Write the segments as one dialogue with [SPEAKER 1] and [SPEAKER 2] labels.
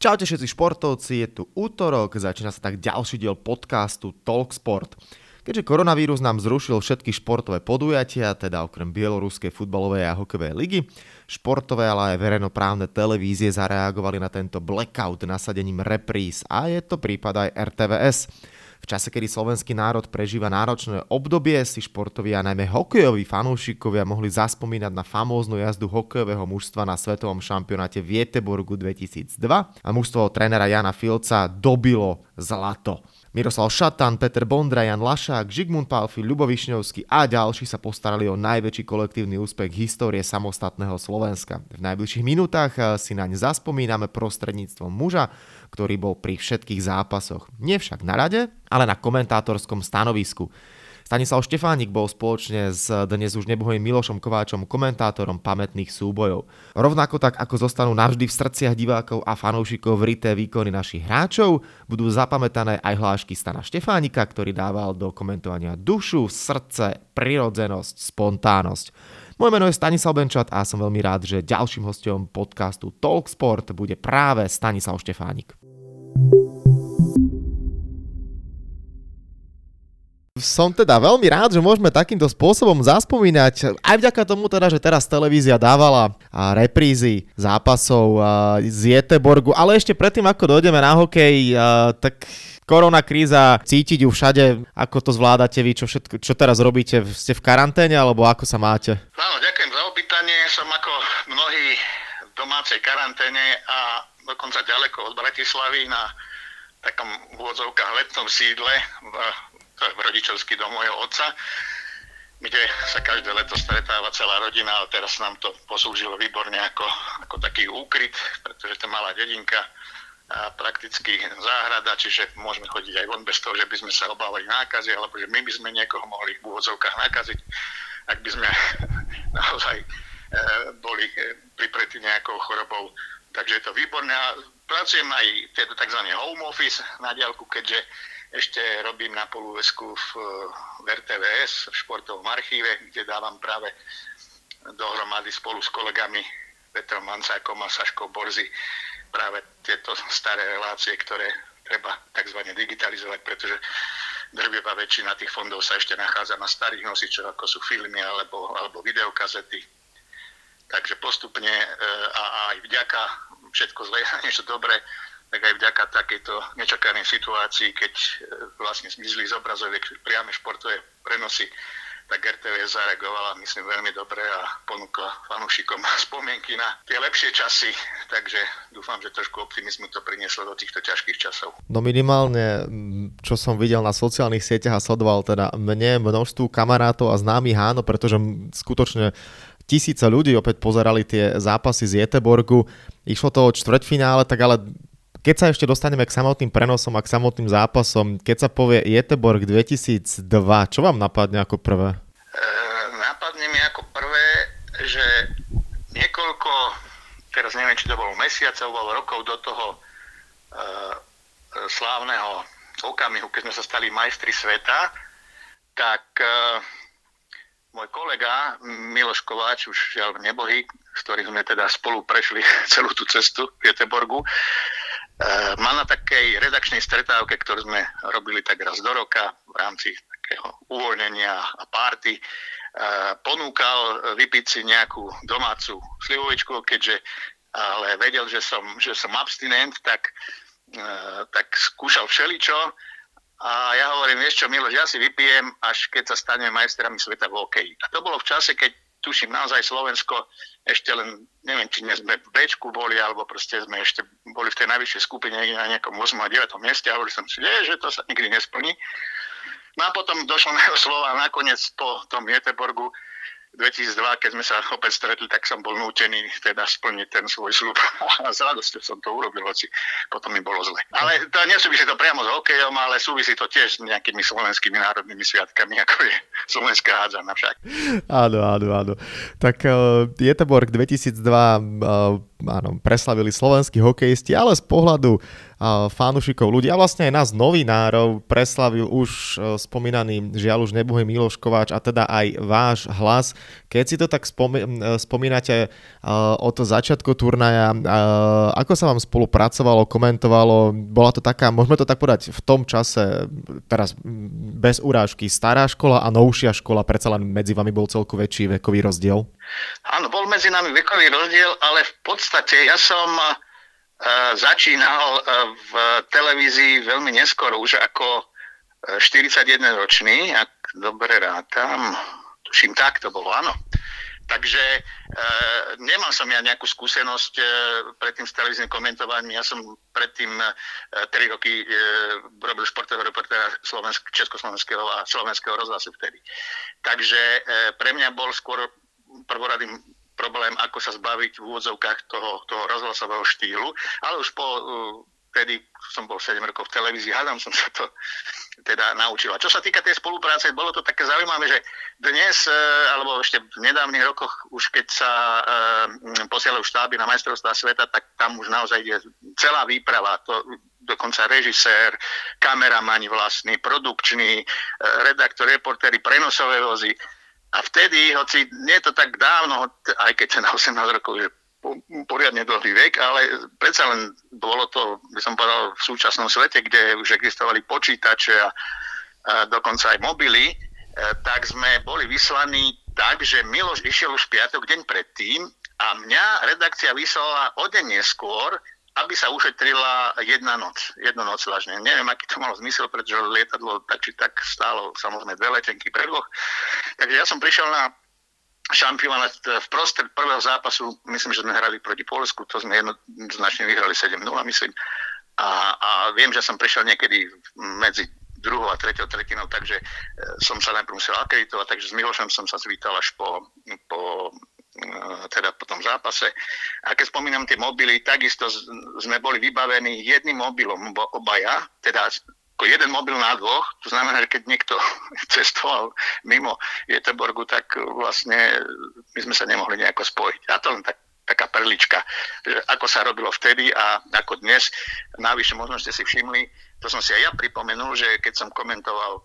[SPEAKER 1] Čaute všetci športovci, je tu útorok, začína sa tak ďalší diel podcastu Talksport. Keďže koronavírus nám zrušil všetky športové podujatia, teda okrem bieloruskej futbalovej a hokejovej ligy, športové, ale aj verejnoprávne televízie zareagovali na tento blackout nasadením repríz a je to prípad aj RTVS. V čase, kedy slovenský národ prežíva náročné obdobie, si športoví a najmä hokejoví fanúšikovia mohli zaspomínať na famóznu jazdu hokejového mužstva na svetovom šampionáte v Göteborgu 2002 a mužstvo trénera Jana Filca dobilo zlato. Miroslav Šatan, Peter Bondra, Jan Lašák, Žigmund Pálfy, Ľubo Višňovský a ďalší sa postarali o najväčší kolektívny úspech histórie samostatného Slovenska. V najbližších minútach si naň zaspomíname prostredníctvom muža, ktorý bol pri všetkých zápasoch. Nie však na rade, ale na komentátorskom stanovisku. Stanislav Štefánik bol spoločne s dnes už nebohým Milošom Kováčom komentátorom pamätných súbojov. Rovnako tak, ako zostanú navždy v srdciach divákov a fanúšikov vrité výkony našich hráčov, budú zapamätané aj hlášky Stana Štefánika, ktorý dával do komentovania dušu, srdce, prirodzenosť, spontánnosť. Moje meno je Stanislav Benčat a som veľmi rád, že ďalším hosťom podcastu Talksport bude práve Stanislav Štefánik. Som teda veľmi rád, že môžeme takýmto spôsobom zaspomínať, aj vďaka tomu teda, že teraz televízia dávala reprízy zápasov z Göteborgu, ale ešte predtým, ako dojdeme na hokej, tak korona kríza, cítiť ju všade, ako to zvládate vy, čo teraz robíte, ste v karanténe, alebo ako sa máte?
[SPEAKER 2] Áno, ďakujem za opýtanie, som ako mnohí v domácej karanténe a dokonca ďaleko od Bratislavy na takom v úvodzovkách letnom sídle v rodičovský dom môjho otca, kde sa každé leto stretáva celá rodina, ale teraz nám to poslúžilo výborne ako taký úkryt, pretože to malá dedinka a prakticky záhrada, čiže môžeme chodiť aj von bez toho, že by sme sa obávali nákazy, alebo že my by sme niekoho mohli v úvodzovkách nakaziť, ak by sme naozaj boli pripretí nejakou chorobou. Takže je to výborné. Pracujem aj tzv. Home office na diaľku, keďže ešte robím na polúvesku v RTVS, v športovom archíve, kde dávam práve dohromady spolu s kolegami Petrom Mancákom a Saškou Borzy práve tieto staré relácie, ktoré treba tzv. Digitalizovať, pretože drvivá väčšina tých fondov sa ešte nachádza na starých nosičoch, ako sú filmy alebo videokazety. Takže postupne a aj vďaka všetko zlé a niečo dobré, tak aj vďaka takejto nečakanej situácii, keď vlastne zmizli z obrazoviek priame športové prenosy, tak RTVS zareagovala, myslím, veľmi dobre a ponúkla fanúšikom spomienky na tie lepšie časy, takže dúfam, že trošku optimizmu to prinieslo do týchto ťažkých časov.
[SPEAKER 1] No minimálne, čo som videl na sociálnych sieťach a sledoval teda mne, množstvu kamarátov a známych, áno, pretože skutočne tisíce ľudí opäť pozerali tie zápasy z Göteborgu. Išlo to o štvrťfinále, tak ale keď sa ešte dostaneme k samotným prenosom a k samotným zápasom, keď sa povie Göteborg 2002, čo vám napadne ako prvé?
[SPEAKER 2] Napadne mi ako prvé, že niekoľko, teraz neviem, či to bolo mesiacov, bolo rokov do toho slávneho okamihu, keď sme sa stali majstri sveta, tak môj kolega Miloš Kováč, už žiaľ nebohý, s ktorým sme teda spolu prešli celú tú cestu v Göteborgu, mal na takej redakčnej stretávke, ktorú sme robili tak raz do roka v rámci takého uvoľnenia a party, ponúkal vypiť si nejakú domácu slivovičku, keďže ale vedel, že som abstinent, tak skúšal všeličo. A ja hovorím, vieš čo, Miloš, ja si vypijem, až keď sa staneme majstrami sveta v hokeji. A to bolo v čase, keď tuším naozaj Slovensko ešte len, neviem, či sme v Bčku boli, alebo proste sme ešte boli v tej najvyššej skupine na nejakom 8. a 9. mieste a hovoril som si, že to sa nikdy nesplní. No a potom došlo na jeho slova a nakoniec po tom Göteborgu 2002, keď sme sa opäť stretli, tak som bol nútený teda splniť ten svoj sľub a s radosťou som to urobil, hoci potom mi bolo zle. Ale to nesúvisí to priamo s hokejom, ale súvisí to tiež s nejakými slovenskými národnými sviatkami, ako je slovenská hádzana však.
[SPEAKER 1] Áno. Tak Göteborg 2002, áno, preslavili slovenskí hokejisti, ale z pohľadu fanúšikov ľudí a vlastne aj nás novinárov preslavil už spomínaný, žiaľ už nebohý Miloš Kováč a teda aj váš hlas. Keď si to tak spomínate od začiatku turnaja, ako sa vám spolupracovalo, komentovalo, bola to taká, môžeme to tak povedať, v tom čase, teraz bez urážky, stará škola a novšia škola, predsa len medzi vami bol celku väčší vekový rozdiel?
[SPEAKER 2] Áno, bol medzi nami vekový rozdiel, ale v podstate ja som začínal v televízii veľmi neskoro, už ako 41-ročný, ak dobre rátam, tuším, tak to bolo, áno. Takže nemal som ja nejakú skúsenosť predtým s televíznym komentovaním. Ja som predtým 3 roky robil športového reportéra Československého a Slovenského rozhlasu vtedy. Takže pre mňa bol skôr prvoradým problém, ako sa zbaviť v úvodzovkách toho rozhlasového štýlu, ale už vtedy som bol 7 rokov v televízii, hádam som sa to teda naučil. A čo sa týka tej spolupráce, bolo to také zaujímavé, že dnes, alebo ešte v nedávnych rokoch, už keď sa posielajú štáby na majstrovstvá sveta, tak tam už naozaj je celá výprava, to dokonca režisér, kameramani vlastní, produkční, redaktor, reportéri, prenosové vozy. A vtedy, hoci nie je to tak dávno, aj keď sa na 18 rokov je poriadne dlhý vek, ale predsa len bolo to, by som povedal, v súčasnom svete, kde už existovali počítače a dokonca aj mobily, tak sme boli vyslaní tak, že Miloš išiel už piatok deň predtým a mňa redakcia vyslala o deň neskôr, aby sa ušetrila jednu noc vážne. Neviem, aký to malo zmysel, pretože lietadlo tak či tak stálo samozrejme 2 letenky pre 2. Takže ja som prišiel na šampionát v prostred prvého zápasu, myslím, že sme hrali proti Poľsku, to sme jednoznačne vyhrali 7-0, myslím. A viem, že som prišiel niekedy medzi 2. a 3. tretinou, takže som sa najprv musel akreditovať, takže s Milošom som sa zvítal až po tom zápase. A keď spomínam tie mobily, takisto sme boli vybavení jedným mobilom obaja, teda ako jeden mobil na 2, to znamená, že keď niekto cestoval mimo Göteborgu, tak vlastne my sme sa nemohli nejako spojiť. A to len taká perlička, že ako sa robilo vtedy a ako dnes. Navyše možno ste si všimli, to som si aj ja pripomenul, že keď som komentoval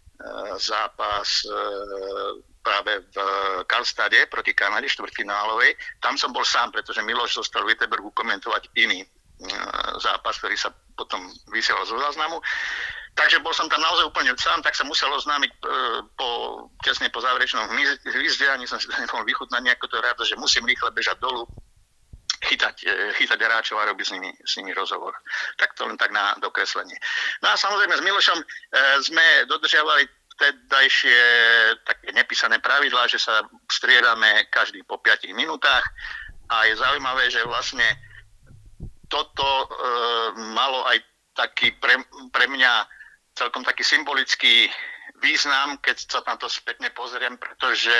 [SPEAKER 2] zápas práve v Karlstade proti Kanade, štvrťfinálovej. Tam som bol sám, pretože Miloš zostal v Göteborgu komentovať iný zápas, ktorý sa potom vysielal zo záznamu. Takže bol som tam naozaj úplne sám, tak sa musel oznámiť tesne po záverečnom hvízde, ani som si to nemohol vychutnať nejako to rád, že musím rýchle bežať dolu, chytať hráčov a robiť s nimi rozhovor. Tak to len tak na dokreslenie. No a samozrejme s Milošom sme dodržiavali vtedajšie také nepísané pravidlá, že sa striedame každý po 5 minútach a je zaujímavé, že vlastne toto malo aj taký pre mňa celkom taký symbolický význam, keď sa na to spätne pozriem, pretože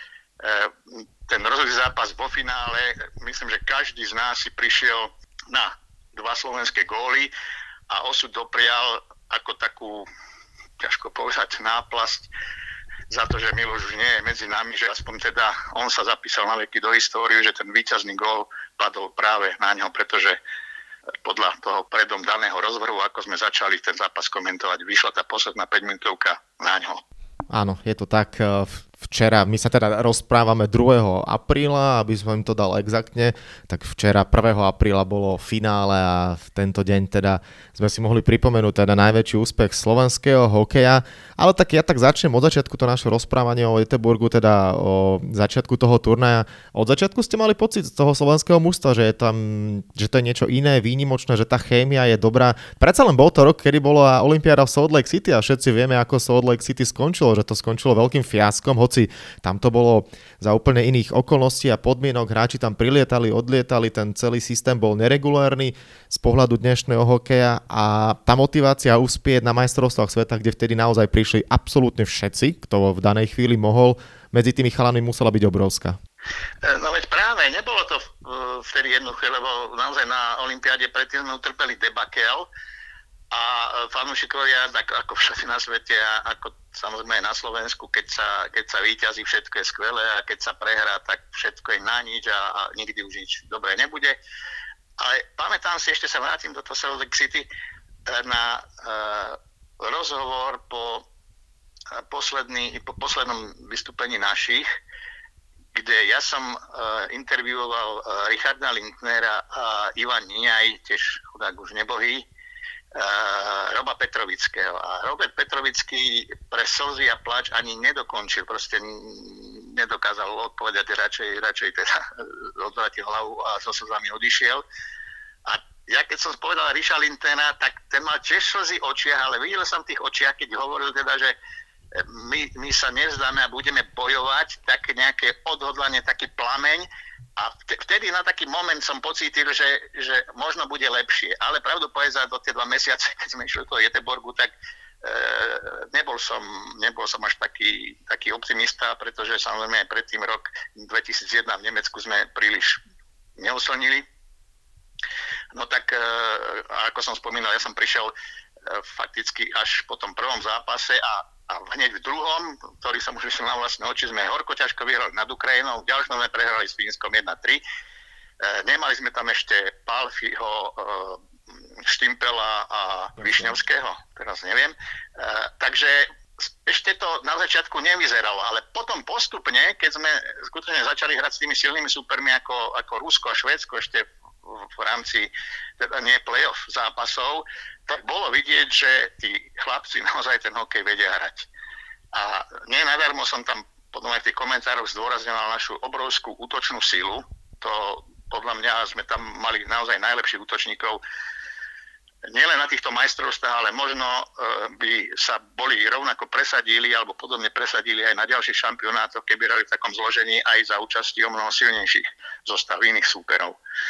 [SPEAKER 2] ten rozhodný zápas vo finále, myslím, že každý z nás si prišiel na 2 slovenské góly a osud doprial ako takú, ťažko povedať, náplasť za to, že Miloš už nie je medzi nami, že aspoň teda on sa zapísal na veky do históriu, že ten víťazný gól padol práve na ňo, pretože podľa toho predom daného rozvrhu, ako sme začali ten zápas komentovať, vyšla tá posledná 5-minútovka na ňo.
[SPEAKER 1] Áno, je to tak. Včera, my sa teda rozprávame 2. apríla, aby som im to dal exaktne, tak včera 1. apríla bolo finále a v tento deň teda sme si mohli pripomenúť teda najväčší úspech slovenského hokeja, ale tak ja tak začnem od začiatku to naše rozprávanie o Göteborgu, teda o začiatku toho turnaja. Od začiatku ste mali pocit z toho slovenského mužstva, že to je niečo iné, výnimočné, že tá chémia je dobrá. Predsa len bol to rok, kedy bola olympiáda v Salt Lake City a všetci vieme, ako Salt Lake City skončilo, že to skončilo veľkým fiaskom, hoci tam to bolo za úplne iných okolností a podmienok, hráči tam prilietali, odlietali, ten celý systém bol neregulárny z pohľadu dnešného hokeja a tá motivácia uspieť na majstrovstvách sveta, kde vtedy naozaj prišli absolútne všetci, kto v danej chvíli mohol, medzi tými chalami musela byť obrovská.
[SPEAKER 2] No veď práve, nebolo to vtedy jednoduché, lebo naozaj na olympiáde predtým sme utrpeli debakel A fanúšikovia, tak ako všade na svete a ako samozrejme aj na Slovensku, keď sa víťazí, všetko je skvelé a keď sa prehrá, tak všetko je na nič a nikdy už nič dobré nebude. Ale pamätám si, ešte sa vrátim do toho Salt Lake City, na rozhovor po poslednom vystúpení našich, kde ja som intervjuoval Richarda Lindnera a Ivan Niňaj, tiež chudák už nebohý, Roba Petrovického. A Robert Petrovický pre slzy a plač ani nedokončil, proste nedokázal odpovedať, radšej teda odvrátil hlavu a so slzami odišiel. A ja keď som povedal Richa Lindnera, tak ten mal tiež slzy v očiach, ale videl som v tých očiach, keď hovoril teda, že my sa nevzdáme a budeme bojovať, také nejaké odhodlanie, taký plameň. A vtedy na taký moment som pocítil, že možno bude lepšie. Ale pravdu povedať, do tie 2 mesiace, keď sme išli do Göteborgu, tak nebol som až taký optimista, pretože samozrejme aj predtým rok 2001 v Nemecku sme príliš neoslnili. No tak, ako som spomínal, ja som prišiel fakticky až po tom prvom zápase a hneď v druhom, ktorý som už vyšiel na vlastné oči, sme horko ťažko vyhrali nad Ukrajinou, v ďalšom sme prehrali s Fínskom 1-3. Nemali sme tam ešte Palfiho, Štimpela a Višňovského, teraz neviem. Takže ešte to na začiatku nevyzeralo, ale potom postupne, keď sme skutočne začali hrať s tými silnými súpermi ako Rusko a Švédsko ešte v rámci teda nie play-off zápasov, tak bolo vidieť, že tí chlapci naozaj ten hokej vedia hrať. A nie nadarmo som tam potom aj v tých komentároch zdôrazňoval našu obrovskú útočnú silu. To podľa mňa sme tam mali naozaj najlepších útočníkov nielen na týchto majstrovstvách, ale možno by sa boli rovnako presadili alebo podobne presadili aj na ďalších šampionátoch, keby hrali v takom zložení aj za účasti o mnoho silnejších zostav iných súperov.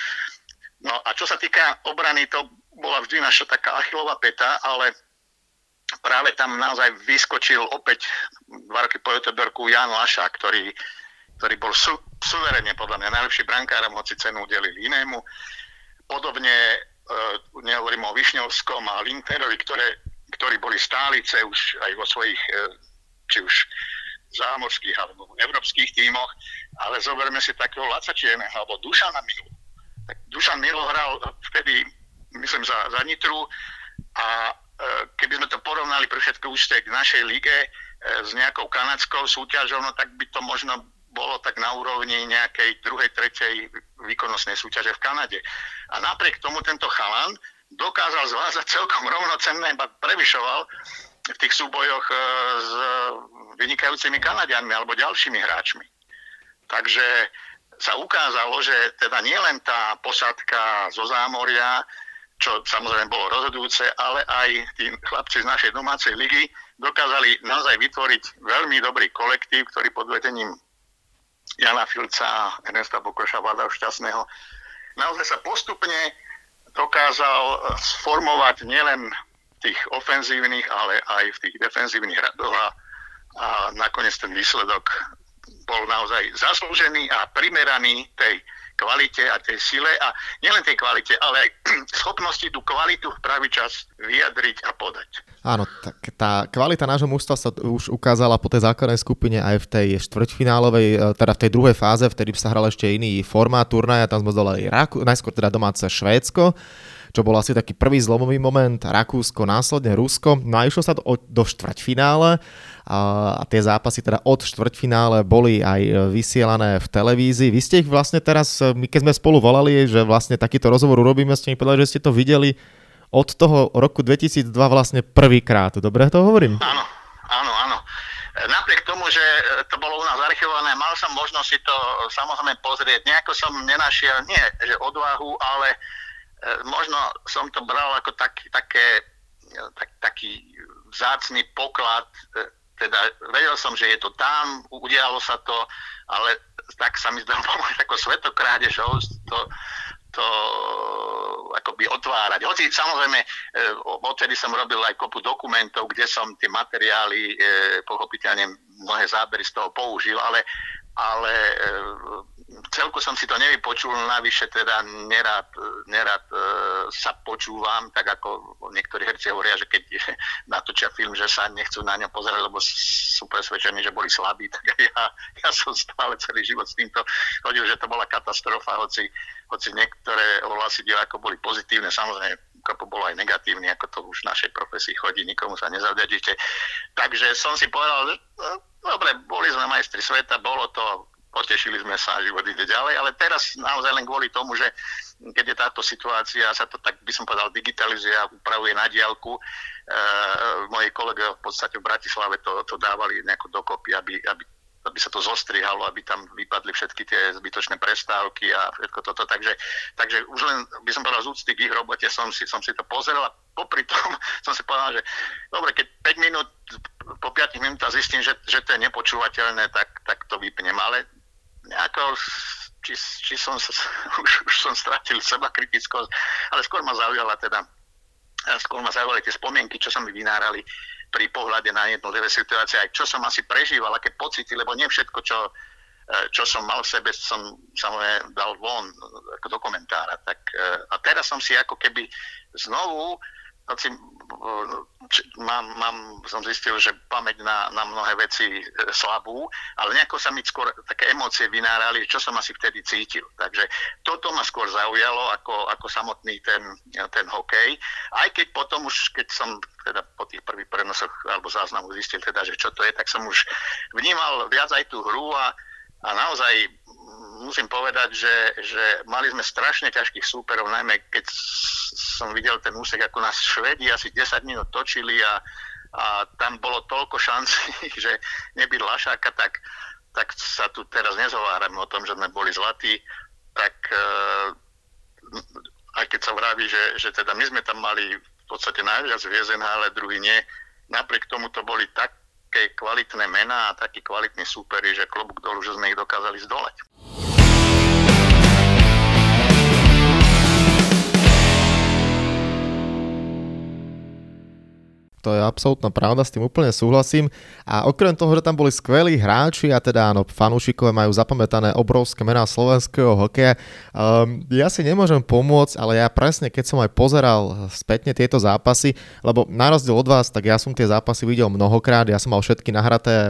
[SPEAKER 2] No a čo sa týka obrany, to bola vždy naša taká Achillová päta, ale práve tam naozaj vyskočil opäť 2 roky po Göteborgu Jan Laša, ktorý bol suverene podľa mňa najlepší brankár, hoci cenu udelili inému. Podobne nehovorím o Višňovskom a Lindnerovi, ktorí boli stálice už aj vo svojich či už zámorských alebo európskych tímoch, ale zoberme si takého Laca Čierneho alebo Dušana Milu. Tak Dušan Milo hral vtedy, myslím, za Nitru a keby sme to porovnali pre všetko účte k našej lige s nejakou kanadskou súťažou, no tak by to možno bolo tak na úrovni nejakej 2., 3. výkonnostnej súťaže v Kanade. A napriek tomu tento chalan dokázal zvládať celkom rovnocenné, iba prevyšoval v tých súbojoch s vynikajúcimi Kanadianmi alebo ďalšími hráčmi. Takže sa ukázalo, že teda nielen tá posádka zo zámoria, čo samozrejme bolo rozhodujúce, ale aj tí chlapci z našej domácej ligy dokázali naozaj vytvoriť veľmi dobrý kolektív, ktorý pod vedením Jana Filca, Ernesta Bokoša, Vlada Šťastného naozaj sa postupne dokázal sformovať nielen v tých ofenzívnych, ale aj v tých defenzívnych radoch a nakoniec ten výsledok bol naozaj zaslúžený a primeraný tej kvalite a tej sile a nielen tej kvalite, ale aj schopnosti tú kvalitu v pravý čas vyjadriť a podať.
[SPEAKER 1] Áno, tak tá kvalita nášho mužstva sa už ukázala po tej základnej skupine aj v tej štvrťfinálovej, teda v tej druhej fáze, vtedy sa hral ešte iný formát turnaja, tam sme zdolali najskôr teda domáce Švédsko, čo bol asi taký prvý zlomový moment, Rakúsko, následne Rusko, no a išlo sa do štvrťfinále a tie zápasy teda od štvrťfinále boli aj vysielané v televízii. Vy ste ich vlastne teraz, my keď sme spolu volali, že vlastne takýto rozhovor urobíme, ste mi povedali, že ste to videli od toho roku 2002 vlastne prvýkrát. Dobre to hovorím?
[SPEAKER 2] Áno. Napriek tomu, že to bolo u nás archivované, mal som možnosť si to samozrejme pozrieť. Nejako som nenašiel, nie že odvahu, ale možno som to bral ako taký vzácny poklad, teda vedel som, že je to tam, udialo sa to, ale tak sa mi zdalo ako svetokrádež to akoby otvárať. Hoci samozrejme, odtedy som robil aj kopu dokumentov, kde som tie materiály, pochopiteľne mnohé zábery z toho použil, ale celku som si to nevypočul, navyše teda nerad sa počúvam, tak ako niektorí herci hovoria, že keď natočia film, že sa nechcú na ňo pozerať, lebo sú presvedčení, že boli slabí, tak ja som stále celý život s týmto chodil, že to bola katastrofa, hoci niektoré ohlasy divákov boli pozitívne, samozrejme kopu bolo aj negatívne, ako to už v našej profesii chodí, nikomu sa nezavďačíte. Takže som si povedal, že dobre, boli sme majstri sveta, bolo to, potešili sme sa, život ide ďalej, ale teraz naozaj len kvôli tomu, že keď je táto situácia, sa to tak by som povedal digitalizuje a upravuje na diaľku, moji kolegovia v podstate v Bratislave to dávali nejako dokopy, aby sa to zostrihalo, aby tam vypadli všetky tie zbytočné prestávky a všetko toto. Takže už len by som povedal z úcty k ich robote som si to pozrel a popri tom som si povedal, že dobre, keď 5 minút, po 5 minútach zistím, že to je nepočúvateľné, tak to vypnem. Ale nejako, či som už som stratil seba kritickosť, ale skôr ma zaujali tie spomienky, čo sa mi vynárali pri pohľade na jednotlivé situácie, aj čo som asi prežíval, aké pocity, lebo nie všetko, čo som mal v sebe, som samozrejme dal von ako dokumentára. A teraz som si ako keby znovu som zistil, že pamäť na mnohé veci slabú, ale nejako sa mi skôr také emócie vynárali, čo som asi vtedy cítil. Takže toto ma skôr zaujalo ako samotný ten hokej. Aj keď potom už, keď som teda po tých prvých prenosoch alebo záznamu zistil teda, že čo to je, tak som už vnímal viac aj tú hru a naozaj musím povedať, že mali sme strašne ťažkých súperov, najmä keď som videl ten úsek, ako nás Švédi asi 10 minút točili a tam bolo toľko šancí, že nebyť Lašáka, tak sa tu teraz nezhovárame o tom, že sme boli zlatí, tak aj keď sa vraví, že teda my sme tam mali v podstate najviac hviezen, ale druhý nie, napriek tomu to boli také kvalitné mená a takí kvalitní súperi, že klobúk dolu, že sme ich dokázali zdolať.
[SPEAKER 1] To je absolútna pravda, s tým úplne súhlasím. A okrem toho, že tam boli skvelí hráči a teda áno, fanúšikové majú zapamätané obrovské mená slovenského hokeja, ja si nemôžem pomôcť, ale ja presne, keď som aj pozeral spätne tieto zápasy, lebo na rozdiel od vás, tak ja som tie zápasy videl mnohokrát, ja som mal všetky nahraté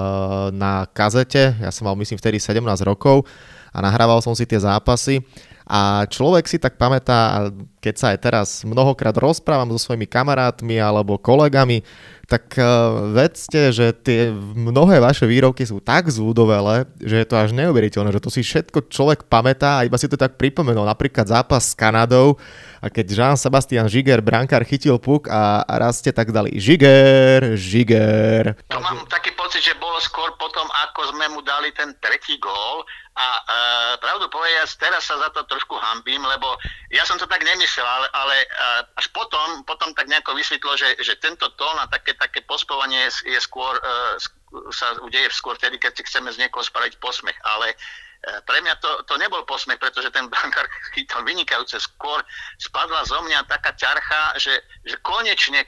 [SPEAKER 1] na kazete, ja som mal myslím vtedy 17 rokov a nahrával som si tie zápasy. A človek si tak pamätá, keď sa aj teraz mnohokrát rozprávam so svojimi kamarátmi alebo kolegami, tak vedzte, že tie mnohé vaše výroky sú tak zľudovelé, že je to až neuveriteľné, že to si všetko človek pamätá a iba si to tak pripomenul. Napríklad zápas s Kanadou a keď Jean-Sébastien Giguère, brankár, chytil puk a raz ste tak dali Giguère.
[SPEAKER 2] To mám taký pocit, že bolo skôr potom, ako sme mu dali ten tretí gól. A pravdu povedať, teraz sa za to trošku hanbím, lebo ja som to tak nemyslel, ale až potom tak nejako vysvetlo, že tento tón a také pospovanie je skôr, sa udeje skôr vtedy, keď si chceme z niekoho spraviť posmech. Ale pre mňa to nebol posmech, pretože ten brankár chytal vynikajúce, skôr spadla zo mňa taká ťarcha, že konečne,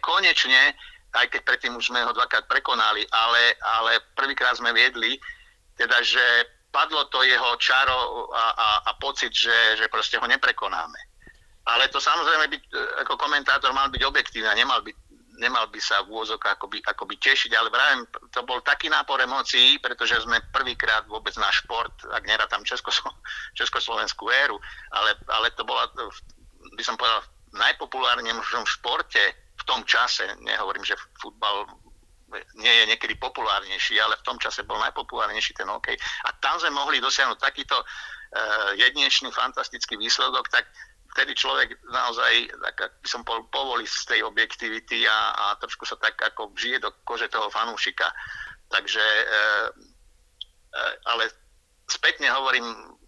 [SPEAKER 2] aj keď predtým už sme ho dvakrát prekonali, ale prvýkrát sme viedli, teda, že padlo to jeho čaro a pocit, že proste ho neprekonáme. Ale to samozrejme ako komentátor mal byť objektívny a nemal by sa v úvodzovkách akoby tešiť, ale vravím, to bol taký nápor emócií, pretože sme prvýkrát vôbec na šport, ak nerátam československú éru, ale to bola, by som povedal, najpopulárnejšom športe v tom čase, nehovorím, že futbal nie je niekedy populárnejší, ale v tom čase bol najpopulárnejší ten hokej. A tam sme mohli dosiahnuť takýto jedinečný, fantastický výsledok, tak vtedy človek naozaj, tak by som povolí z tej objektivity a trošku sa tak ako žije do kože toho fanúšika. Takže, ale spätne hovorím,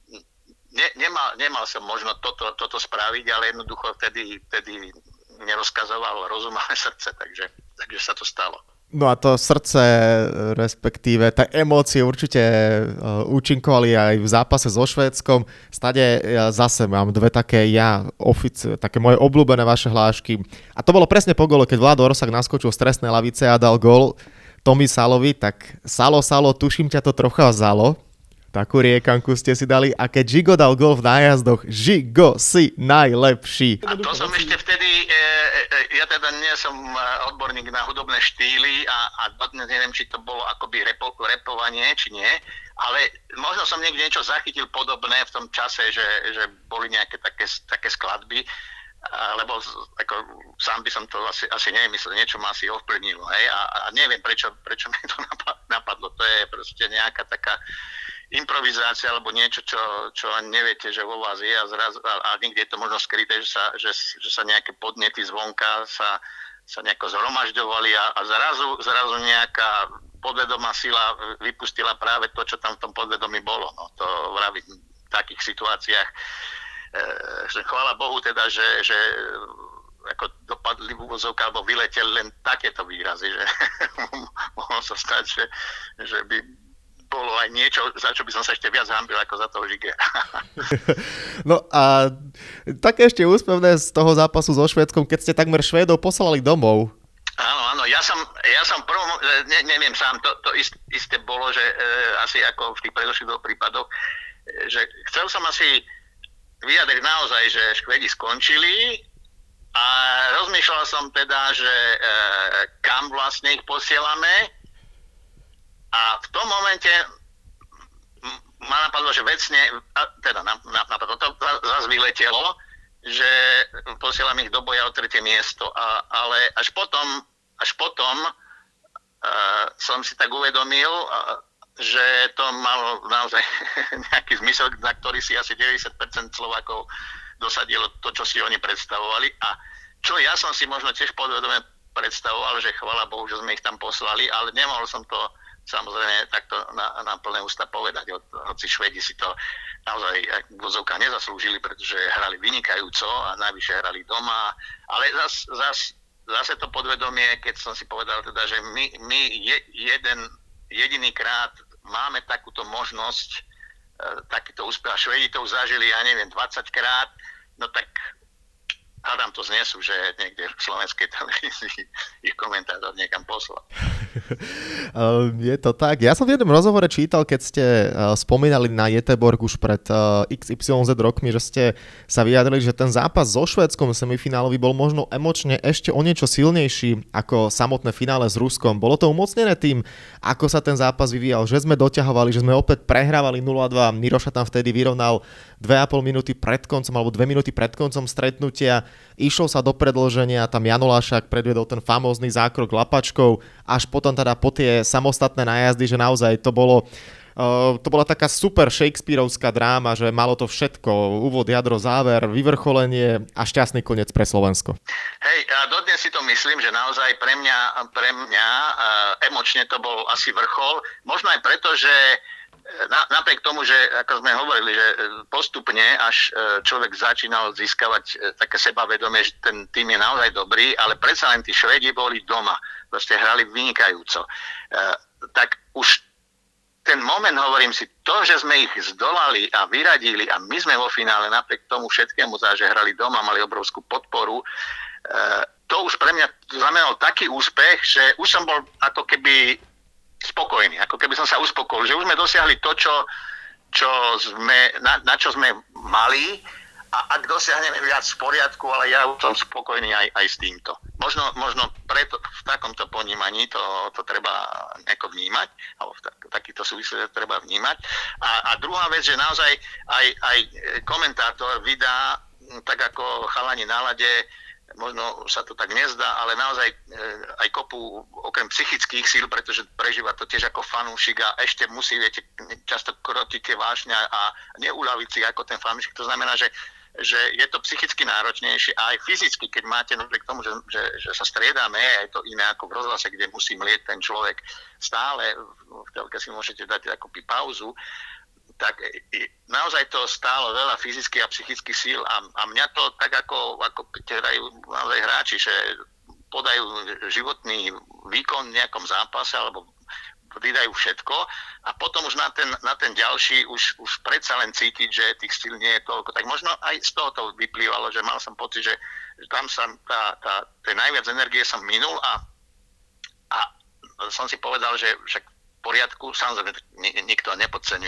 [SPEAKER 2] nemal som možno toto spraviť, ale jednoducho vtedy nerozkazoval rozum a srdce, takže sa to stalo.
[SPEAKER 1] No a to srdce, respektíve tá emócie určite účinkovali aj v zápase so Švédskom. Stade ja zase mám dve také také moje obľúbené vaše hlášky. A to bolo presne po gole, keď Vlado Orsak naskočil z trestnej lavice a dal gól Tomi Salovi, tak Salo, tuším ťa to trocha vzalo. Takú riekanku ste si dali a keď Žigo dal gól v nájazdoch, Žigo si najlepší.
[SPEAKER 2] A to som ešte vtedy, ja teda nie som odborník na hudobné štýly a dodnes neviem, či to bolo akoby repovanie, či nie, ale možno som niekde niečo zachytil podobné v tom čase, že boli nejaké také skladby, lebo ako, sám by som to asi nevymyslel, niečo ma asi ovplyvnilo, hej, a neviem, prečo mi to napadlo, to je proste nejaká taká improvizácia alebo niečo, čo neviete, že vo vás je a niekde je to možno skryté, že sa nejaké podnety zvonka sa nejako zhromažďovali a zrazu nejaká podvedomá sila vypustila práve to, čo tam v tom podvedomí bolo. No, to vravím v takých situáciách. Chvála Bohu teda, že ako dopadli v úvozovkách alebo vyleteli len takéto výrazy, že mohlo sa stať, že by bolo aj niečo, za čo by som sa ešte viac hanbil ako za toho Žigera.
[SPEAKER 1] No a také ešte úspevné z toho zápasu so Švédskom, keď ste takmer Švédov poslali domov.
[SPEAKER 2] Áno, ja som prvom, neviem sám, to isté bolo, že asi ako v tých predošlých prípadoch, že chcel som asi vyjadriť naozaj, že Švédi skončili a rozmýšľal som teda, že kam vlastne ich posielame a v tom momente ma napadlo, že vecne, teda napadlo, to zase vyletelo, že posielam ich do boja o 3. miesto, ale až potom som si tak uvedomil, že to malo naozaj nejaký zmysel, na ktorý si asi 90% Slovákov dosadilo to, čo si oni predstavovali. A čo ja som si možno tiež podvedome predstavoval, že chvála Bohu, že sme ich tam poslali, ale nemohol som to samozrejme takto na plné ústa povedať. Hoci Švédi si to naozaj v vozovkách nezaslúžili, pretože hrali vynikajúco a najvyššie hrali doma. Ale zase to podvedomie, keď som si povedal teda, že my jediný krát máme takúto možnosť, takýto úspech, a Švédi to už zažili, ja neviem, 20 krát, no tak hádam to znesú, že niekde v slovenskej televízii ich komentátor niekam poslal.
[SPEAKER 1] Je to tak. Ja som v jednom rozhovore čítal, keď ste spomínali na Göteborg už pred XYZ rokmi, že ste sa vyjadrili, že ten zápas so Švédskom semifinálový bol možno emočne ešte o niečo silnejší ako samotné finále s Ruskom. Bolo to umocnené tým, ako sa ten zápas vyvíjal, že sme doťahovali, že sme opäť prehrávali 0-2. Miroša tam vtedy vyrovnal 2,5 minúty pred koncom alebo 2 minúty pred koncom stretnutia. Išlo sa do predĺženia, tam Jan Olášák predviedol ten famózny zákrok lapačkou, až potom teda po tie samostatné nájazdy, že naozaj to bola taká super shakespearovská dráma, že malo to všetko, úvod, jadro, záver, vyvrcholenie a šťastný koniec pre Slovensko.
[SPEAKER 2] Hej, a dodnes si to myslím, že naozaj pre mňa emočne to bol asi vrchol, možno aj preto, že napriek tomu, že ako sme hovorili, že postupne až človek začínal získavať také sebavedomie, že ten tým je naozaj dobrý, ale predsa len tí Švédi boli doma, proste hrali vynikajúco. Tak už ten moment, hovorím si, to, že sme ich zdolali a vyradili a my sme vo finále napriek tomu všetkému, že hrali doma, mali obrovskú podporu, to už pre mňa znamenal taký úspech, že už som bol ako keby spokojný, ako keby som sa uspokojil, že už sme dosiahli to, na čo sme mali a ak dosiahneme viac v poriadku, ale ja už som spokojný aj s týmto. Možno preto v takomto ponímaní to treba nejako vnímať, alebo v takýchto súvislostiach treba vnímať. A druhá vec, že naozaj aj komentátor vydá, tak ako chalani na lade, možno sa to tak nezdá, ale naozaj aj kopu okrem psychických síl, pretože prežíva to tiež ako fanúšik a ešte musí, viete, často krotiť tie vášňa a neuľaviť si ako ten fanúšik. To znamená, že je to psychicky náročnejšie a aj fyzicky, keď máte napriek tomu, že sa striedame, je to iné ako v rozhlase, kde musí mlieť ten človek stále, v telke si môžete dať akoby pauzu, tak naozaj to stálo veľa fyzických a psychických síl a mňa to tak ako hrajú naozaj hráči, že podajú životný výkon v nejakom zápase alebo vydajú všetko a potom už na ten ďalší už predsa len cítiť, že tých síl nie je toľko. Tak možno aj z toho to vyplývalo, že mal som pocit, že tam sa tej najviac energie som minul a som si povedal, že však v poriadku, samozrejme nikto nepodceňuje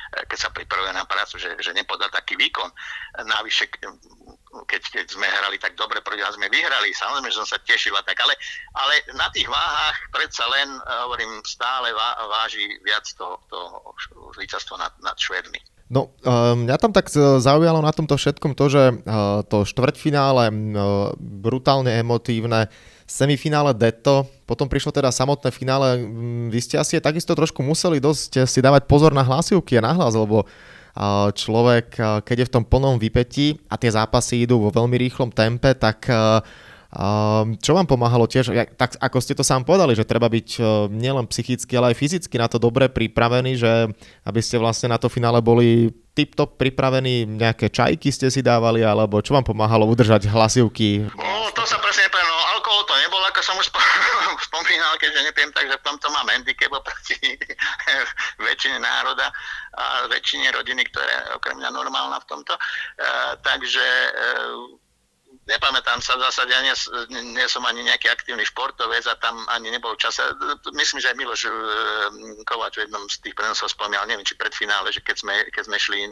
[SPEAKER 2] keď sa pripravuje na prácu, že nepodá taký výkon. Navyše, keď sme hrali tak dobre, proti sme vyhrali, samozrejme, že som sa tešil a tak, ale na tých váhách predsa len, hovorím, stále váži viac to víťazstvo nad Švédmi.
[SPEAKER 1] No, mňa tam tak zaujalo na tomto všetkom to, že to štvrťfinále brutálne emotívne, semifinále detto, potom prišlo teda samotné finále. Vy ste asi takisto trošku museli dosť si dávať pozor na hlasivky a nahlas, lebo človek, keď je v tom plnom vypätí a tie zápasy idú vo veľmi rýchlom tempe, tak čo vám pomáhalo tiež, tak ako ste to sám povedali, že treba byť nielen psychicky, ale aj fyzicky na to dobre pripravení, že aby ste vlastne na to finále boli tip-top pripravení, nejaké čajky ste si dávali, alebo čo vám pomáhalo udržať hlasivky?
[SPEAKER 2] No, to sa presne nepovedal, no alkohol to nebol, ako som už spomínal, keďže nepijem, takže v tomto mám handicap oproti väčšine národa a väčšine rodiny, ktorá je okrem mňa normálna v tomto. Takže nepamätám sa v zásade, nie som ani nejaký aktívny športovec a tam ani nebol čas. Myslím, že aj Miloš Kováč v jednom z tých prenosov spomínal, neviem, či predfinále, že keď sme šli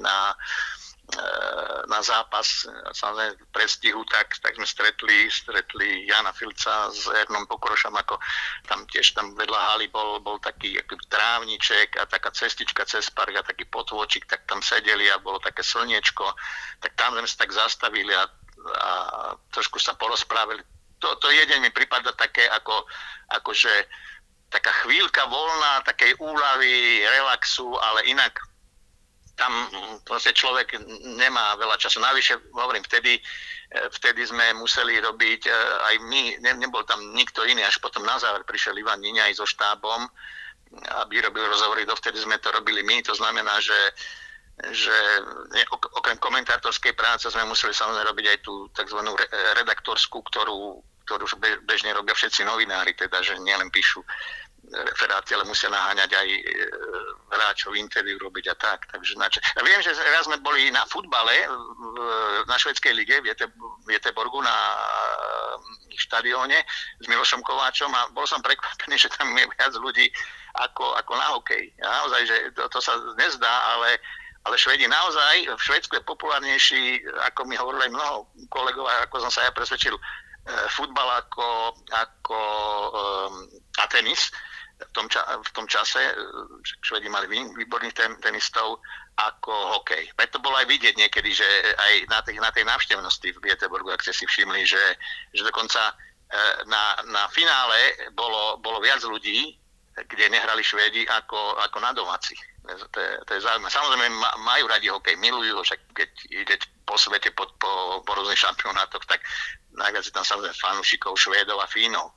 [SPEAKER 2] na zápas, samozrejme v predstihu, tak sme stretli Jana Filca s Ernom Pokrošom, ako tam vedľa haly bol taký trávniček a taká cestička cez park a taký potôčik, tak tam sedeli a bolo také slniečko, tak tam sme sa tak zastavili a trošku sa porozprávali. To jedeň mi prípada také akože taká chvíľka voľná, takej úľavy, relaxu, ale inak tam proste človek nemá veľa času. Navyše, hovorím, vtedy sme museli robiť aj my, nebol tam nikto iný, až potom na záver prišiel Ivan Niňaj so štábom, aby robil rozhovory, dovtedy sme to robili my, to znamená, že okrem komentátorskej práce sme museli samozrejme robiť aj tú tzv. Redaktorskú, ktorú bežne robia všetci novinári, teda, že nielen píšu referáty, ale musia naháňať aj hráčov, interview robiť a tak. Takže viem, že raz sme boli na futbale na švédskej lige v Göteborgu na štadióne s Milošom Kováčom a bol som prekvapený, že tam je viac ľudí ako na hokej. Ja, naozaj, že to sa nezdá, ale Švédi naozaj, v Švédsku je populárnejší, ako mi hovorili aj mnoho kolegov, ako som sa ja presvedčil, futbal a tenis v tom čase. Švédi mali výborných tenistov ako hokej. Preto bolo aj vidieť niekedy, že aj na tej návštevnosti v Göteborgu, ak ste si všimli, že dokonca na finále bolo viac ľudí, kde nehrali Švédi ako na domácich. To je zaujímavé. Samozrejme majú radi hokej, milujú ho, však keď ide po svete po rôznych šampionátoch, tak najviac je tam samozrejme fanúšikov Švédov a Fínov.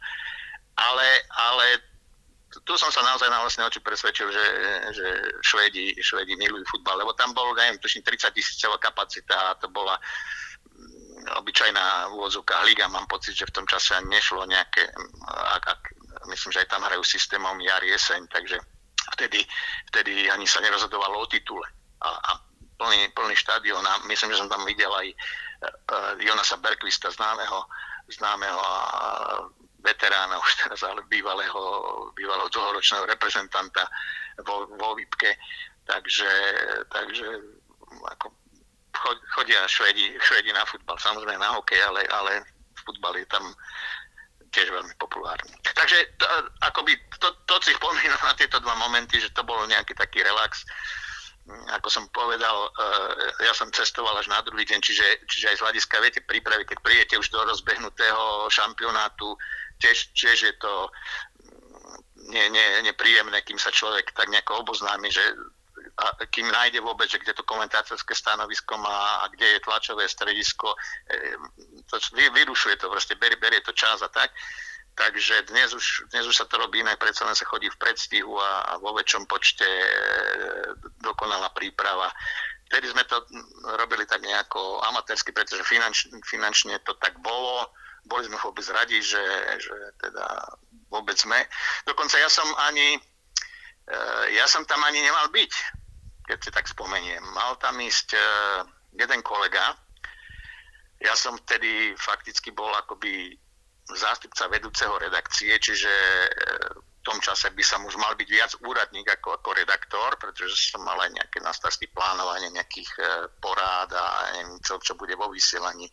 [SPEAKER 2] Ale tu som sa naozaj na vlastné oči presvedčil, že Švédi milujú futbal, lebo tam bolo, neviem, tuším 30,000 kapacita a to bola obyčajná v úvodzovkách liga. Mám pocit, že v tom čase nešlo nejaké, myslím, že aj tam hrajú systémom jar, jeseň, takže vtedy ani sa nerozhodovalo o titule. A plný štadión. A myslím, že som tam videl aj Jonasa Bergqvista, známeho veterána už teraz, ale bývalého dlhoročného reprezentanta vo výpke. Takže ako chodia Švédi na futbal, samozrejme na hokej, ale futbal je tam tiež veľmi populárny. Takže to si spomínam na tieto dva momenty, že to bol nejaký taký relax. Ako som povedal, ja som cestoval až na druhý deň, čiže aj z hľadiska, viete, prípravy, keď prídete už do rozbehnutého šampionátu, tiež je to nepríjemné, kým sa človek tak nejako oboznámi, že kým nájde vôbec, že kde to komentátorské stanovisko má a kde je tlačové stredisko, vyrušuje to, proste berie to čas a tak. Takže dnes už sa to robí inak, predsa len sa chodí v predstihu a vo väčšom počte dokonalá príprava. Vtedy sme to robili tak nejako amatérsky, pretože finančne to tak bolo. Boli sme vôbec radi, že teda vôbec sme. Dokonca ja som tam ani nemal byť, keď si tak spomeniem. Mal tam ísť jeden kolega. Ja som vtedy fakticky bol akoby zástupca vedúceho redakcie, čiže tom čase by som už mal byť viac úradník ako redaktor, pretože som mal aj nejaké na starosti plánovanie nejakých porád a neviem, čo bude vo vysielaní.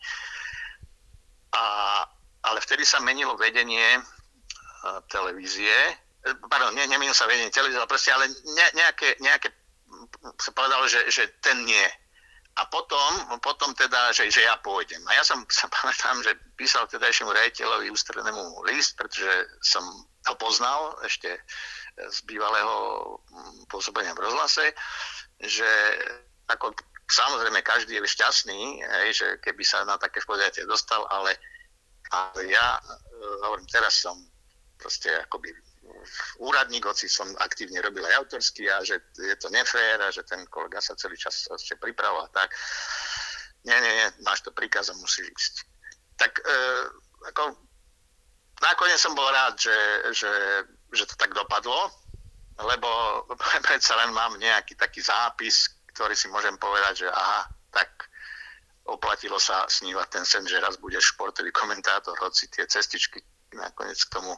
[SPEAKER 2] Ale vtedy sa menilo vedenie televízie, nemenilo sa vedenie televízie, ale nejaké sa povedalo, že ten nie. A potom teda, že ja pôjdem. A ja sa pamätám, že písal tedajšiemu riaditeľovi ústrednému list, pretože som ho poznal ešte z bývalého pôsobenia v rozhlase, že ako samozrejme každý je šťastný, že keby sa na také podujatie dostal, ale ja hovorím, teraz som proste akoby úradník, hoci som aktívne robil aj autorský a že je to nefér a že ten kolega sa celý čas ešte pripravoval tak. Nie, máš to príkaz a musíš ísť. Tak ako nakoniec som bol rád, že to tak dopadlo, lebo predsa len mám nejaký taký zápis, ktorý si môžem povedať, že aha, tak oplatilo sa snívať ten sen, že raz budeš športový komentátor, hoci tie cestičky nakoniec k tomu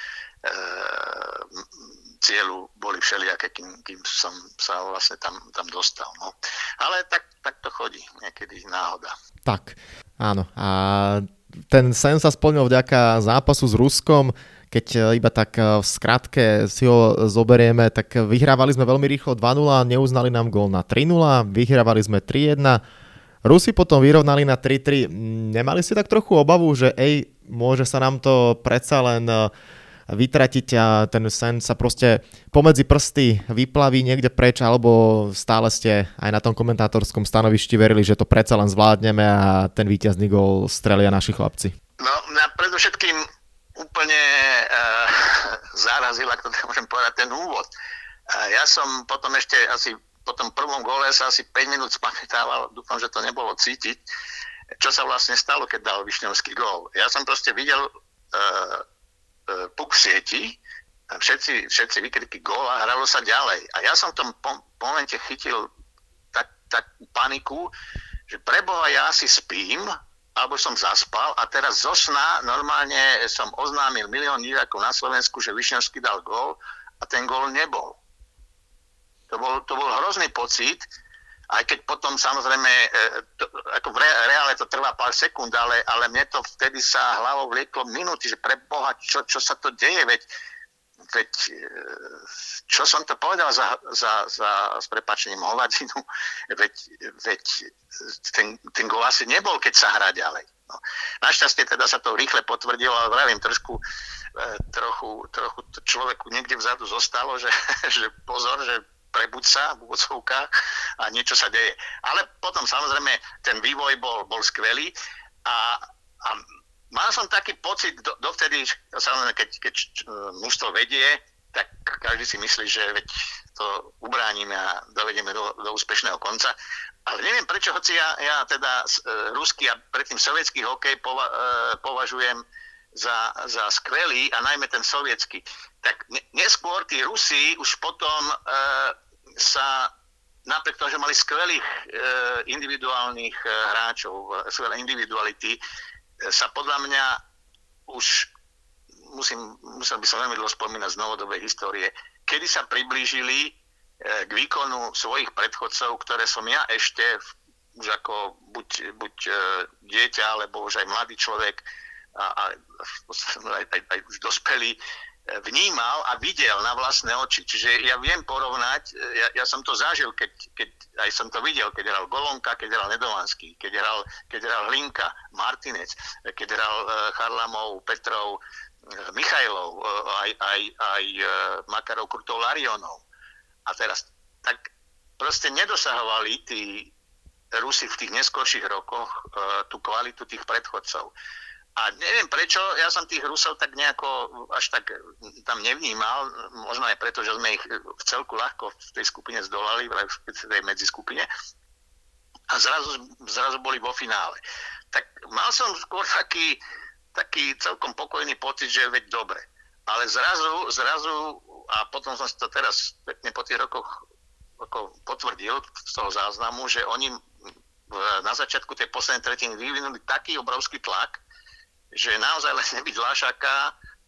[SPEAKER 2] cieľu boli všelijaké, kým som sa vlastne tam dostal. No. Ale tak to chodí, niekedy náhoda.
[SPEAKER 1] Tak, áno. A ten sen sa splnil vďaka zápasu s Ruskom. Keď iba tak v skratke si ho zoberieme, tak vyhrávali sme veľmi rýchlo 2-0, neuznali nám gól na 3-0, vyhrávali sme 3-1. Rusi potom vyrovnali na 3-3. Nemali ste tak trochu obavu, že môže sa nám to predsa len vytratiť a ten sen sa proste pomedzi prsty vyplaví niekde preč, alebo stále ste aj na tom komentátorskom stanovišti verili, že to predsa len zvládneme a ten víťazný gól strelia naši chlapci?
[SPEAKER 2] No, mňa predovšetkým úplne zarazil, ak to môžem povedať, ten úvod. Ja som potom ešte asi po tom prvom góle sa asi 5 minút spamätával, dúfam, že to nebolo cítiť, čo sa vlastne stalo, keď dal Višňovský gól. Ja som proste videl puk v sieti, všetci vykriky gól a hralo sa ďalej. A ja som v tom momente chytil takú paniku, že preboha ja si spím, alebo som zaspal a teraz zo sna normálne som oznámil milión divákov na Slovensku, že Višňovský dal gól a ten gól nebol. To bol hrozný pocit, aj keď potom samozrejme, ako v reále to trvá pár sekúnd, ale mne to vtedy sa hlavou vlieklo minúty, že pre Boha, čo sa to deje, veď čo som to povedal s prepáčením hovadinu, veď ten gól asi nebol, keď sa hrá ďalej. No. Našťastie teda sa to rýchle potvrdilo, ale vravím, trochu človeku niekde vzadu zostalo, že pozor, že prebuď sa v úvodzovkách a niečo sa deje. Ale potom samozrejme ten vývoj bol skvelý a mal som taký pocit dovtedy, samozrejme keď mužstvo vedie, tak každý si myslí, že veď to ubránime a dovedieme do úspešného konca. Ale neviem prečo, hoci ja teda ruský a predtým sovietský hokej považujem za skvelý a najmä ten sovietský. Tak neskôr tí Rusi už potom sa napriek tomu, že mali skvelých individuálnych hráčov, skvelé individuality, sa podľa mňa už musel by som veľmi dlho spomínať z novodobej histórie, kedy sa priblížili k výkonu svojich predchodcov, ktoré som ja ešte už ako buď dieťa, alebo už aj mladý človek a aj už dospelý vnímal a videl na vlastné oči. Čiže ja viem porovnať, ja som to zažil, keď aj som to videl, keď hral Golonka, keď hral Nedovanský, keď hral Hlinka, Martinec, keď hral Charlamov, Petrov, Michajlov, aj Makarov, Krutov, Larionov. A teraz tak proste nedosahovali tí Rusi v tých neskorších rokoch tú kvalitu tých predchodcov. A neviem prečo, ja som tých Rusov tak nejako až tak tam nevnímal, možno aj preto, že sme ich v celku ľahko v tej skupine zdolali, v tej medziskupine a zrazu boli vo finále. Tak mal som skôr taký celkom pokojný pocit, že veď dobre. Ale zrazu, a potom som si to teraz pekne po tých rokoch ako potvrdil z toho záznamu, že oni na začiatku tej poslednej tretiny vyvinuli taký obrovský tlak, že naozaj len nebyť Lašaka,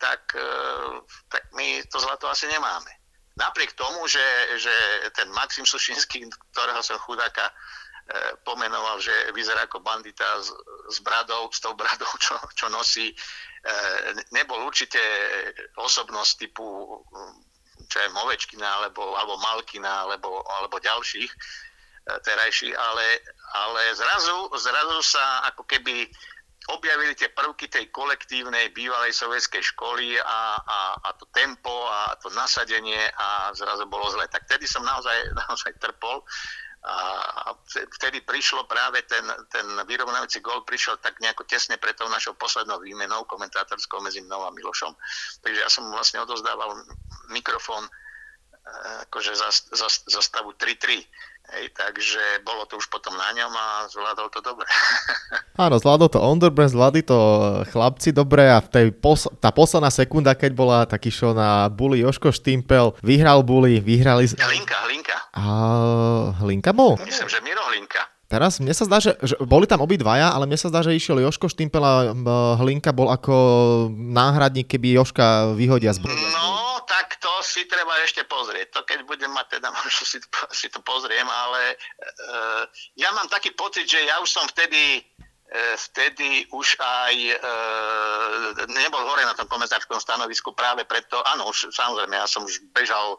[SPEAKER 2] tak my to zlato asi nemáme. Napriek tomu, že ten Maxim Sušinský, ktorého som chudáka pomenoval, že vyzerá ako bandita s tou bradou, čo nosí, nebol určite osobnosť typu čo je Ovečkina, alebo Malkina, alebo ďalších terajších, ale zrazu sa ako keby objavili tie prvky tej kolektívnej bývalej sovietskej školy a to tempo a to nasadenie a zrazu bolo zle. Tak vtedy som naozaj trpol a vtedy prišlo práve ten vyrovnávajúci gól prišiel tak nejako tesne pred tou našou poslednou výmenou komentátorskou medzi mnou a Milošom. Takže ja som vlastne odozdával mikrofón akože za stavu 3-3. Takže bolo to už potom na ňom a zvládol to dobre.
[SPEAKER 1] Áno, zvládol to Onderbrand, zvládli to chlapci dobre a tá posledná sekunda, keď bola, tak išiel na Bully Joško Štimpel, vyhral Bully, vyhrali...
[SPEAKER 2] Hlinka.
[SPEAKER 1] Hlinka bol?
[SPEAKER 2] Myslím, že Miro Hlinka.
[SPEAKER 1] Teraz mne sa zdá, že boli tam obidvaja, ale mne sa zdá, že išiel Joško Štimpel a Hlinka bol ako náhradník, keby Joška vyhodia z Bully.
[SPEAKER 2] No, tak to si treba ešte pozrieť. To keď budem mať, teda možno si to pozriem, ale ja mám taký pocit, že ja už som vtedy už aj nebol hore na tom komentárskom stanovisku práve preto, áno, už, samozrejme, ja som už bežal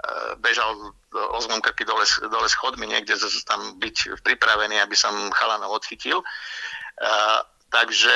[SPEAKER 2] ozmom krky dole schodmi niekde tam byť pripravený, aby som chalanov odchytil. Takže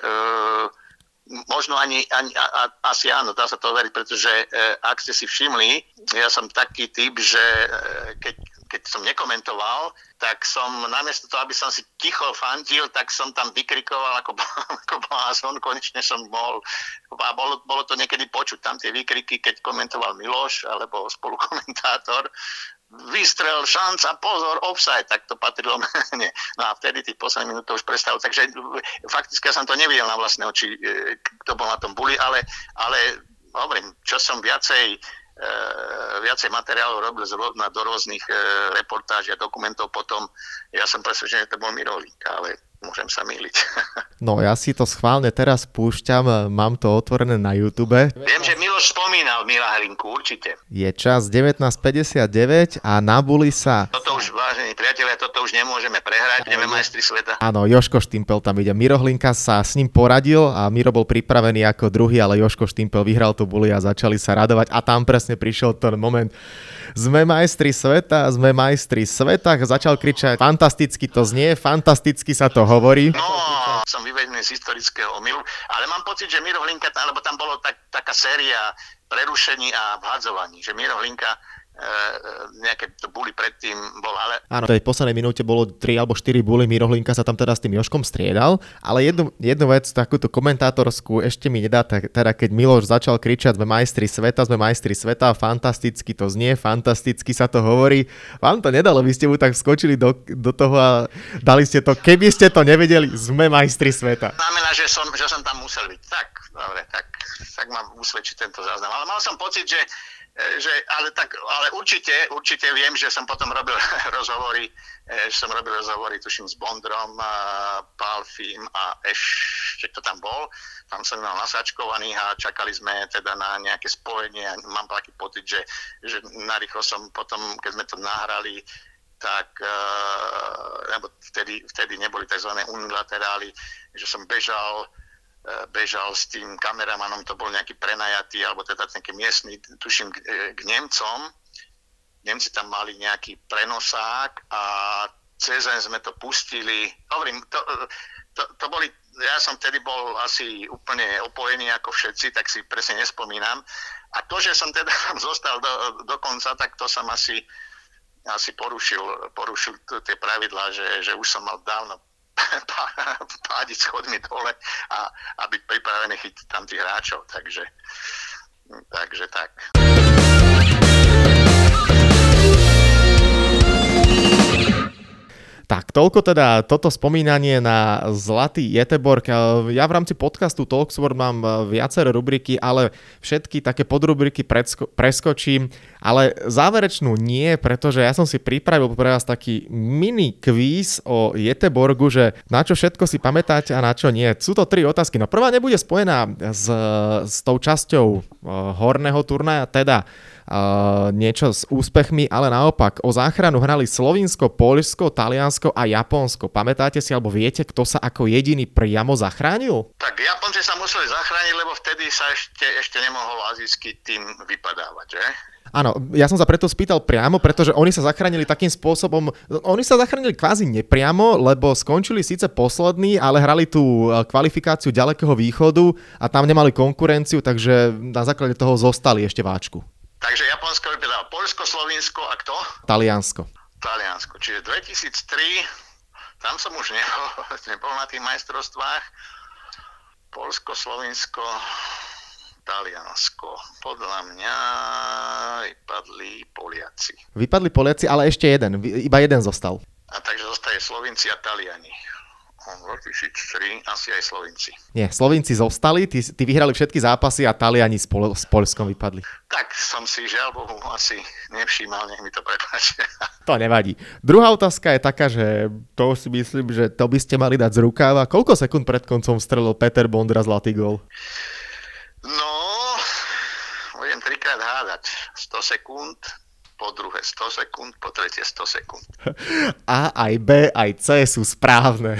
[SPEAKER 2] možno ani asi áno, dá sa to overiť, pretože ak ste si všimli, ja som taký typ, že keď som nekomentoval, tak som namiesto toho, aby som si ticho fandil, tak som tam vykrikoval ako blázon, konečne som mohol, a bolo to niekedy počuť, tam tie výkriky, keď komentoval Miloš, alebo spolukomentátor, výstrel, šanca, pozor, offside, tak to patrilo mne. No a vtedy tých posledných minút to už prestalo. Takže fakticky ja som to nevidel na vlastné oči, kto bol na tom Bully, ale hovorím, čo som viacej materiálov robil do rôznych reportáží a dokumentov potom. Ja som presvedčený, že to bol Miro Hlinka, ale môžem sa mýliť.
[SPEAKER 1] No ja si to schválne teraz púšťam, mám to otvorené na YouTube.
[SPEAKER 2] Viem, že Miloš spomínal Mira Hlinku, určite.
[SPEAKER 1] Je čas 19:59 a na Bully sa...
[SPEAKER 2] Toto už, vážení priatelia, toto už nemôžeme prehrať, budeme majstri sveta.
[SPEAKER 1] Áno, Joško Štimpel tam ide. Miro Hlinka sa s ním poradil a Miro bol pripravený ako druhý, ale Joško Štimpel vyhral tú Bully a začali sa radovať a tam presne prišiel ten moment. Sme majstri sveta, začal kričať, fantasticky to znie, fantasticky sa to hovorí.
[SPEAKER 2] No, som vyvedený z historického omylu, ale mám pocit, že Miro Hlinka, lebo tam bolo taká séria prerušení a vhadzovaní, že Miro Hlinka nejaké to Bully predtým bol, ale...
[SPEAKER 1] Áno, v tej poslednej minúte bolo 3 alebo 4 Bully, Miro Hlinka sa tam teda s tým Joškom striedal, ale jednu vec, takúto komentátorskú ešte mi nedá, teda keď Miloš začal kričať, sme majstri sveta, fantasticky to znie, fantasticky sa to hovorí, vám to nedalo, vy ste mu tak skočili do toho a dali ste to, keby ste to nevedeli, sme majstri sveta.
[SPEAKER 2] Znamená, že som tam musel byť. Tak, dobre, tak mám usvedčiť tento záznam, ale mal som pocit, ale určite viem, že som potom robil rozhovory, tuším s Bondrom, Palfim a ešte to tam bol. Tam som mal nasáčkovaných a čakali sme teda na nejaké spojenie a mám taký pocit, že narýchlo som potom, keď sme to nahrali, tak lebo vtedy neboli tzv. Unilaterály, že som bežal s tým kameramanom, to bol nejaký prenajatý, alebo teda nejaký miestny, tuším, k Nemcom. Nemci tam mali nejaký prenosák a cez sme to pustili. Hovorím, to boli, ja som vtedy bol asi úplne opojený ako všetci, tak si presne nespomínam. A to, že som teda tam zostal do konca, tak to som asi porušil tie pravidlá, že už som mal dávno pádiť schodmi dole a byť pripravený chytiť tam tých hráčov. Takže tak.
[SPEAKER 1] Tak toľko teda toto spomínanie na Zlatý Göteborg. Ja v rámci podcastu Talksport mám viaceré rubriky, ale všetky také podrubriky preskočím, ale záverečnú nie, pretože ja som si pripravil pre vás taký mini kvíz o Göteborgu, že na čo všetko si pamätáte a na čo nie. Sú to 3 otázky. No prvá nebude spojená s tou časťou horného turnaja, teda niečo s úspechmi, ale naopak o záchranu hrali Slovinsko, Poľsko, Taliansko a Japonsko. Pamätáte si alebo viete, kto sa ako jediný priamo zachránil?
[SPEAKER 2] Tak Japonci sa museli zachrániť, lebo vtedy sa ešte nemohol azijský tým vypadávať, že?
[SPEAKER 1] Áno, ja som sa preto spýtal priamo, pretože oni sa zachránili takým spôsobom, oni sa zachránili kvázi nepriamo, lebo skončili síce poslední, ale hrali tú kvalifikáciu ďalekého východu a tam nemali konkurenciu, takže na základe toho zostali ešte váčku.
[SPEAKER 2] Takže Japonsko vypadalo Poľsko, Slovinsko a kto?
[SPEAKER 1] Taliansko.
[SPEAKER 2] Taliansko. Čiže 2003, tam som už nebol na tých majstrovstvách. Poľsko, Slovinsko, Taliansko. Podľa mňa vypadli Poliaci.
[SPEAKER 1] Vypadli Poliaci, ale ešte jeden. Iba jeden zostal.
[SPEAKER 2] A takže zostaje Slovinci a Taliani. 2003 asi aj Slovinci.
[SPEAKER 1] Nie, Slovinci zostali, tí vyhrali všetky zápasy a Taliani s Poľskom vypadli.
[SPEAKER 2] Tak som si žiaľ Bohu asi nevšímal, nech mi to prepáče.
[SPEAKER 1] To nevadí. Druhá otázka je taká, že to si myslím, že to by ste mali dať z rukáva. Koľko sekúnd pred koncom strelil Peter Bondra zlatý gól?
[SPEAKER 2] No, budem 3-krát hádať. 100 sekúnd, po druhé 100 sekúnd, po tretie 100 sekúnd.
[SPEAKER 1] A aj B, aj C sú správne.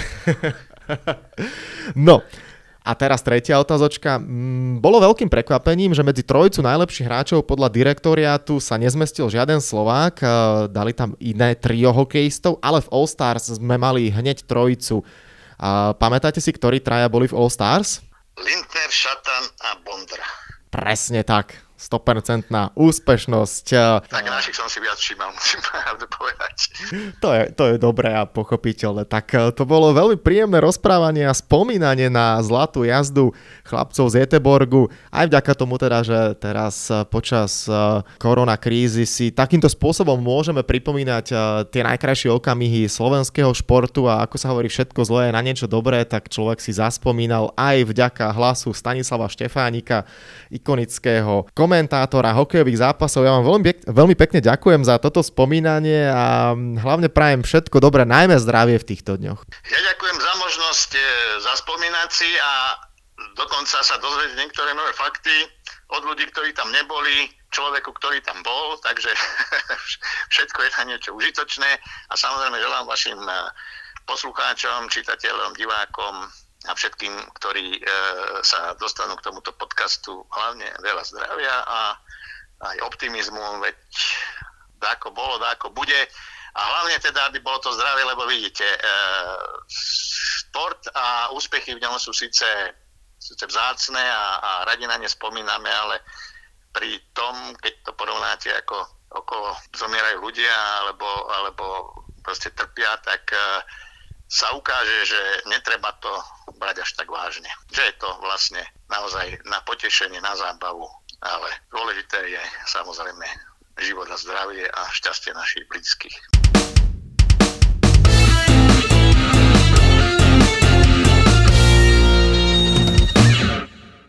[SPEAKER 1] No, a teraz tretia otázočka. Bolo veľkým prekvapením, že medzi trojicu najlepších hráčov podľa direktoriátu sa nezmestil žiaden Slovák. Dali tam iné trio hokejistov, ale v All Stars sme mali hneď trojicu. Pamätáte si, ktorí traja boli v All Stars?
[SPEAKER 2] Lindner, Šatan a Bondra.
[SPEAKER 1] Presne tak. 100% úspešnosť.
[SPEAKER 2] Tak našich som si viac všímal, musím pravdu povedať.
[SPEAKER 1] To je dobré a pochopiteľné. Tak to bolo veľmi príjemné rozprávanie a spomínanie na zlatú jazdu chlapcov z Göteborgu. Aj vďaka tomu teda, že teraz počas koronakrízy si takýmto spôsobom môžeme pripomínať tie najkrajšie okamihy slovenského športu a ako sa hovorí, všetko zlé je na niečo dobré, tak človek si zaspomínal aj vďaka hlasu Stanislava Štefánika, ikonického komentátora hokejových zápasov. Ja vám veľmi pekne ďakujem za toto spomínanie a hlavne prajem všetko dobré, najmä zdravie v týchto dňoch.
[SPEAKER 2] Ja ďakujem za možnosť zaspomínať si a dokonca sa dozvedieť niektoré nové fakty od ľudí, ktorí tam neboli, človeku, ktorý tam bol, takže všetko je na niečo užitočné a samozrejme želám vašim poslucháčom, čitateľom, divákom a všetkým, ktorí sa dostanú k tomuto podcastu, hlavne veľa zdravia a aj optimizmu, veď dáko bolo, dáko bude a hlavne teda, aby bolo to zdravie, lebo vidíte, sport a úspechy v ňom sú síce vzácne a radi na ne spomíname, ale pri tom, keď to porovnáte, ako okolo zomierajú ľudia alebo proste trpia, tak sa ukáže, že netreba to brať až tak vážne. Že je to vlastne naozaj na potešenie, na zábavu, ale dôležité je samozrejme život a zdravie a šťastie našich blízkych.